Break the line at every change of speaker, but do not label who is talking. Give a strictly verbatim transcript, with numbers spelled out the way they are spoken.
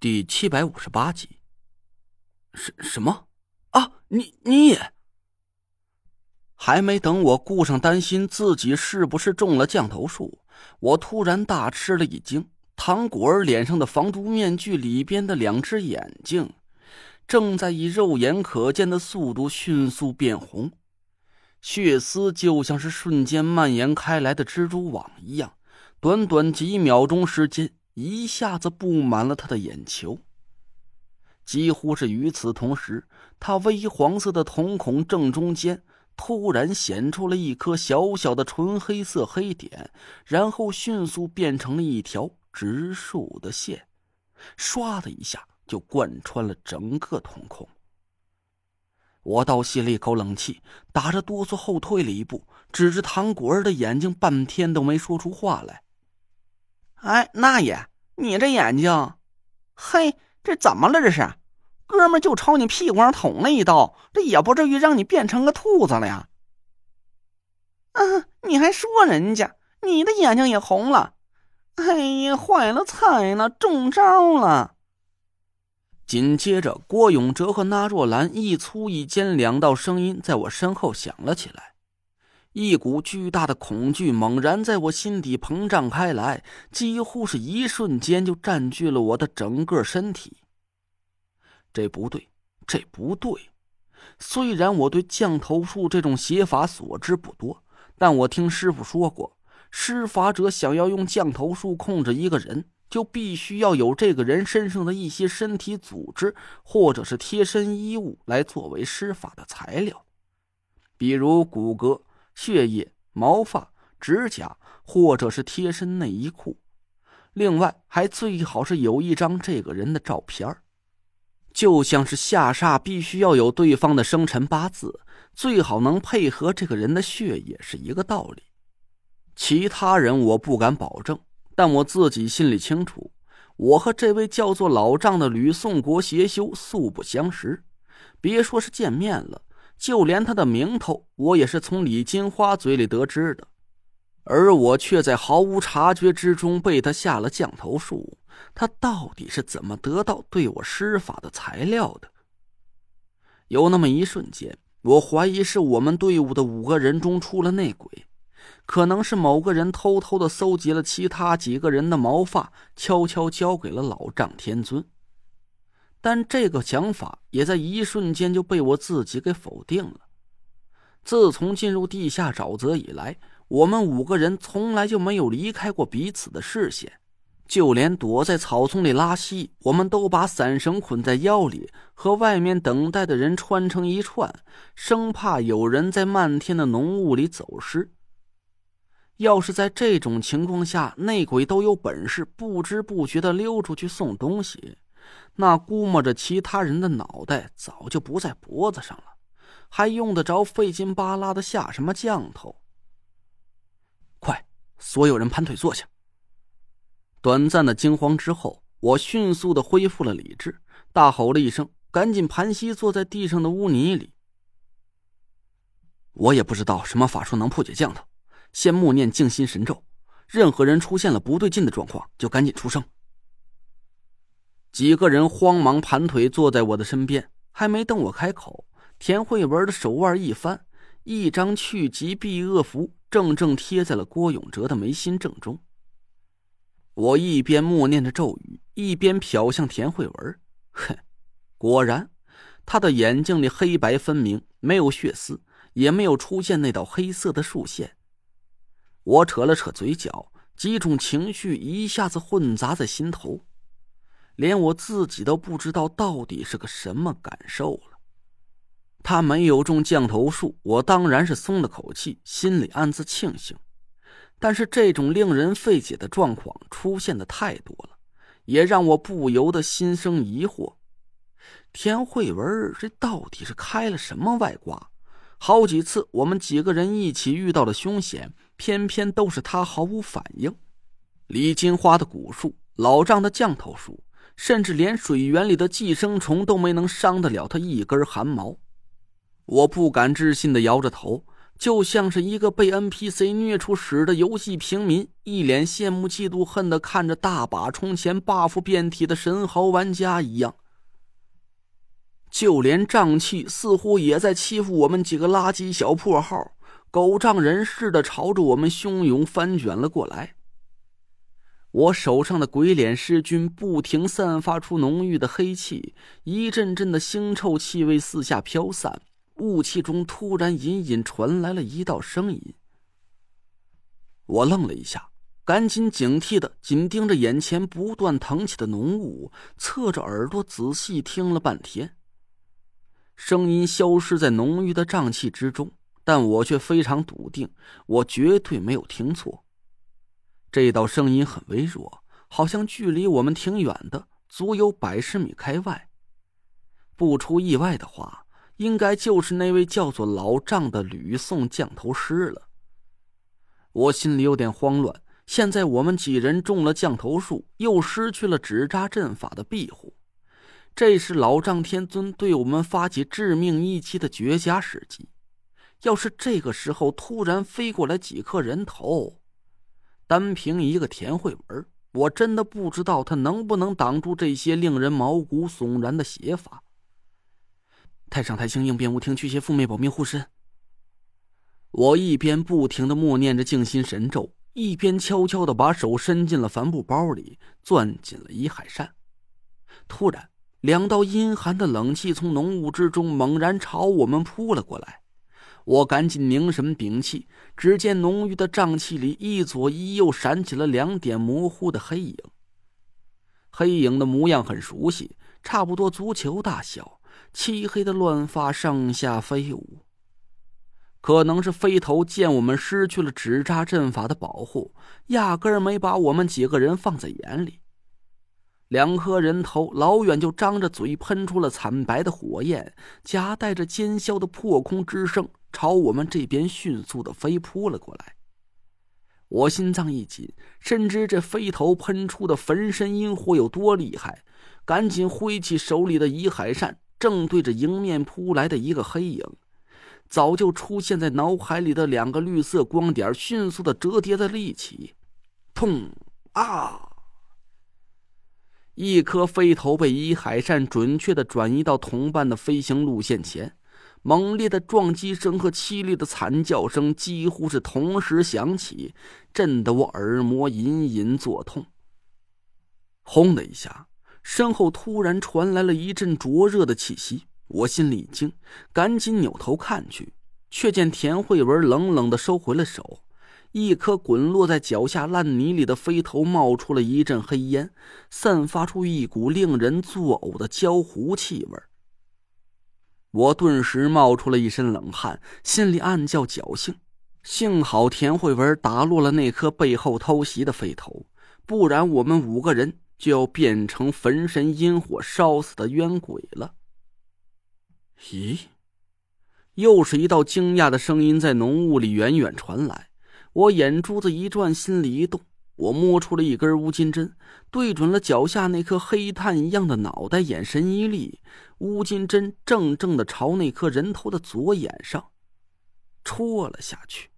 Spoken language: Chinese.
第七百五十八集。什什么啊？你你也？还没等我顾上担心自己是不是中了降头术，我突然大吃了一惊。唐果儿脸上的防毒面具里边的两只眼睛正在以肉眼可见的速度迅速变红，血丝就像是瞬间蔓延开来的蜘蛛网一样，短短几秒钟时间一下子布满了他的眼球。几乎是与此同时，他微黄色的瞳孔正中间突然显出了一颗小小的纯黑色黑点，然后迅速变成了一条直竖的线，唰的一下就贯穿了整个瞳孔。我倒吸了一口冷气，打着哆嗦后退了一步，指着唐果儿的眼睛，半天都没说出话来。
哎，那爷，你这眼睛，嘿，这怎么了？这是哥们就朝你屁股上捅了一刀，这也不至于让你变成个兔子了呀。啊，你还说人家，你的眼睛也红了。哎呀，坏了，菜了，中招了。
紧接着，郭永哲和那若兰一粗一尖两道声音在我身后响了起来。一股巨大的恐惧猛然在我心底膨胀开来，几乎是一瞬间就占据了我的整个身体。这不对，这不对。虽然我对降头术这种邪法所知不多，但我听师傅说过，施法者想要用降头术控制一个人，就必须要有这个人身上的一些身体组织或者是贴身衣物来作为施法的材料，比如骨骼、血液、毛发、指甲，或者是贴身内衣裤。另外还最好是有一张这个人的照片，就像是下煞必须要有对方的生辰八字，最好能配合这个人的血液是一个道理。其他人我不敢保证，但我自己心里清楚，我和这位叫做老丈的吕宋国邪修素不相识，别说是见面了，就连他的名头我也是从李金花嘴里得知的。而我却在毫无察觉之中被他下了降头术，他到底是怎么得到对我施法的材料的？有那么一瞬间，我怀疑是我们队伍的五个人中出了内鬼，可能是某个人偷偷的搜集了其他几个人的毛发，悄悄交给了老丈天尊。但这个想法也在一瞬间就被我自己给否定了。自从进入地下沼泽以来，我们五个人从来就没有离开过彼此的视线，就连躲在草丛里拉稀，我们都把伞绳捆在腰里，和外面等待的人穿成一串，生怕有人在漫天的浓雾里走失。要是在这种情况下，内鬼都有本事不知不觉地溜出去送东西，那估摸着其他人的脑袋早就不在脖子上了，还用得着费劲巴拉的下什么降头？快，所有人盘腿坐下。短暂的惊慌之后，我迅速地恢复了理智，大吼了一声，赶紧盘膝坐在地上的污泥里。我也不知道什么法术能破解降头，先默念静心神咒，任何人出现了不对劲的状况就赶紧出声。几个人慌忙盘腿坐在我的身边，还没等我开口，田慧文的手腕一翻，一张去疾避恶符正正贴在了郭永哲的眉心正中。我一边默念着咒语，一边瞟向田慧文。哼，果然他的眼睛里黑白分明，没有血丝，也没有出现那道黑色的竖线。我扯了扯嘴角，几种情绪一下子混杂在心头，连我自己都不知道到底是个什么感受了。他没有中降头术，我当然是松了口气，心里暗自庆幸。但是这种令人费解的状况出现的太多了，也让我不由得心生疑惑。田慧文这到底是开了什么外挂？好几次我们几个人一起遇到了凶险，偏偏都是他毫无反应。李金花的蛊术，老丈的降头术，甚至连水源里的寄生虫都没能伤得了他一根汗毛。我不敢置信地摇着头， 就像是一个被 N P C 虐出屎的游戏平民，一脸羡慕嫉妒恨的看着大把充钱 buff 遍体的神豪玩家一样。就连瘴气似乎也在欺负我们几个垃圾小破号，狗仗人势的朝着我们汹涌翻卷了过来。我手上的鬼脸尸菌不停散发出浓郁的黑气，一阵阵的腥臭气味四下飘散，雾气中突然隐隐传来了一道声音。我愣了一下，赶紧警惕的紧盯着眼前不断腾起的浓雾，侧着耳朵仔细听了半天。声音消失在浓郁的瘴气之中，但我却非常笃定，我绝对没有听错。这道声音很微弱，好像距离我们挺远的，足有百十米开外。不出意外的话，应该就是那位叫做老丈的吕宋降头师了。我心里有点慌乱，现在我们几人中了降头术，又失去了纸扎阵法的庇护，这是老丈天尊对我们发起致命一击的绝佳时机。要是这个时候突然飞过来几颗人头，单凭一个田慧文，我真的不知道他能不能挡住这些令人毛骨悚然的邪法。太上太清应变无听驱邪附魅保命护身。我一边不停地默念着静心神咒，一边悄悄地把手伸进了帆布包里，攥紧了衣海扇。突然，两道阴寒的冷气从浓雾之中猛然朝我们扑了过来。我赶紧凝神屏气，只见浓郁的瘴气里一左一右闪起了两点模糊的黑影。黑影的模样很熟悉，差不多足球大小，漆黑的乱发上下飞舞。可能是飞头见我们失去了纸扎阵法的保护，压根儿没把我们几个人放在眼里。两颗人头老远就张着嘴喷出了惨白的火焰，夹带着尖啸的破空之声，朝我们这边迅速的飞扑了过来。我心脏一紧，深知这飞头喷出的焚身阴火有多厉害，赶紧挥起手里的遗海扇，正对着迎面扑来的一个黑影。早就出现在脑海里的两个绿色光点迅速的折叠在了一起，痛啊！一颗飞头被遗海扇准确地转移到同伴的飞行路线前，猛烈的撞击声和凄厉的惨叫声几乎是同时响起，震得我耳膜隐隐作痛。轰的一下，身后突然传来了一阵灼热的气息，我心里一惊，赶紧扭头看去，却见田慧文冷冷地收回了手，一颗滚落在脚下烂泥里的飞头冒出了一阵黑烟，散发出一股令人作呕的焦糊气味。我顿时冒出了一身冷汗，心里暗叫侥幸，幸好田慧文打落了那颗背后偷袭的飞头，不然我们五个人就要变成焚身阴火烧死的冤鬼了。咦，又是一道惊讶的声音在浓雾里远远传来。我眼珠子一转，心里一动，我摸出了一根乌金针，对准了脚下那颗黑炭一样的脑袋，眼神一厉，乌金针正正的朝那颗人头的左眼上戳了下去。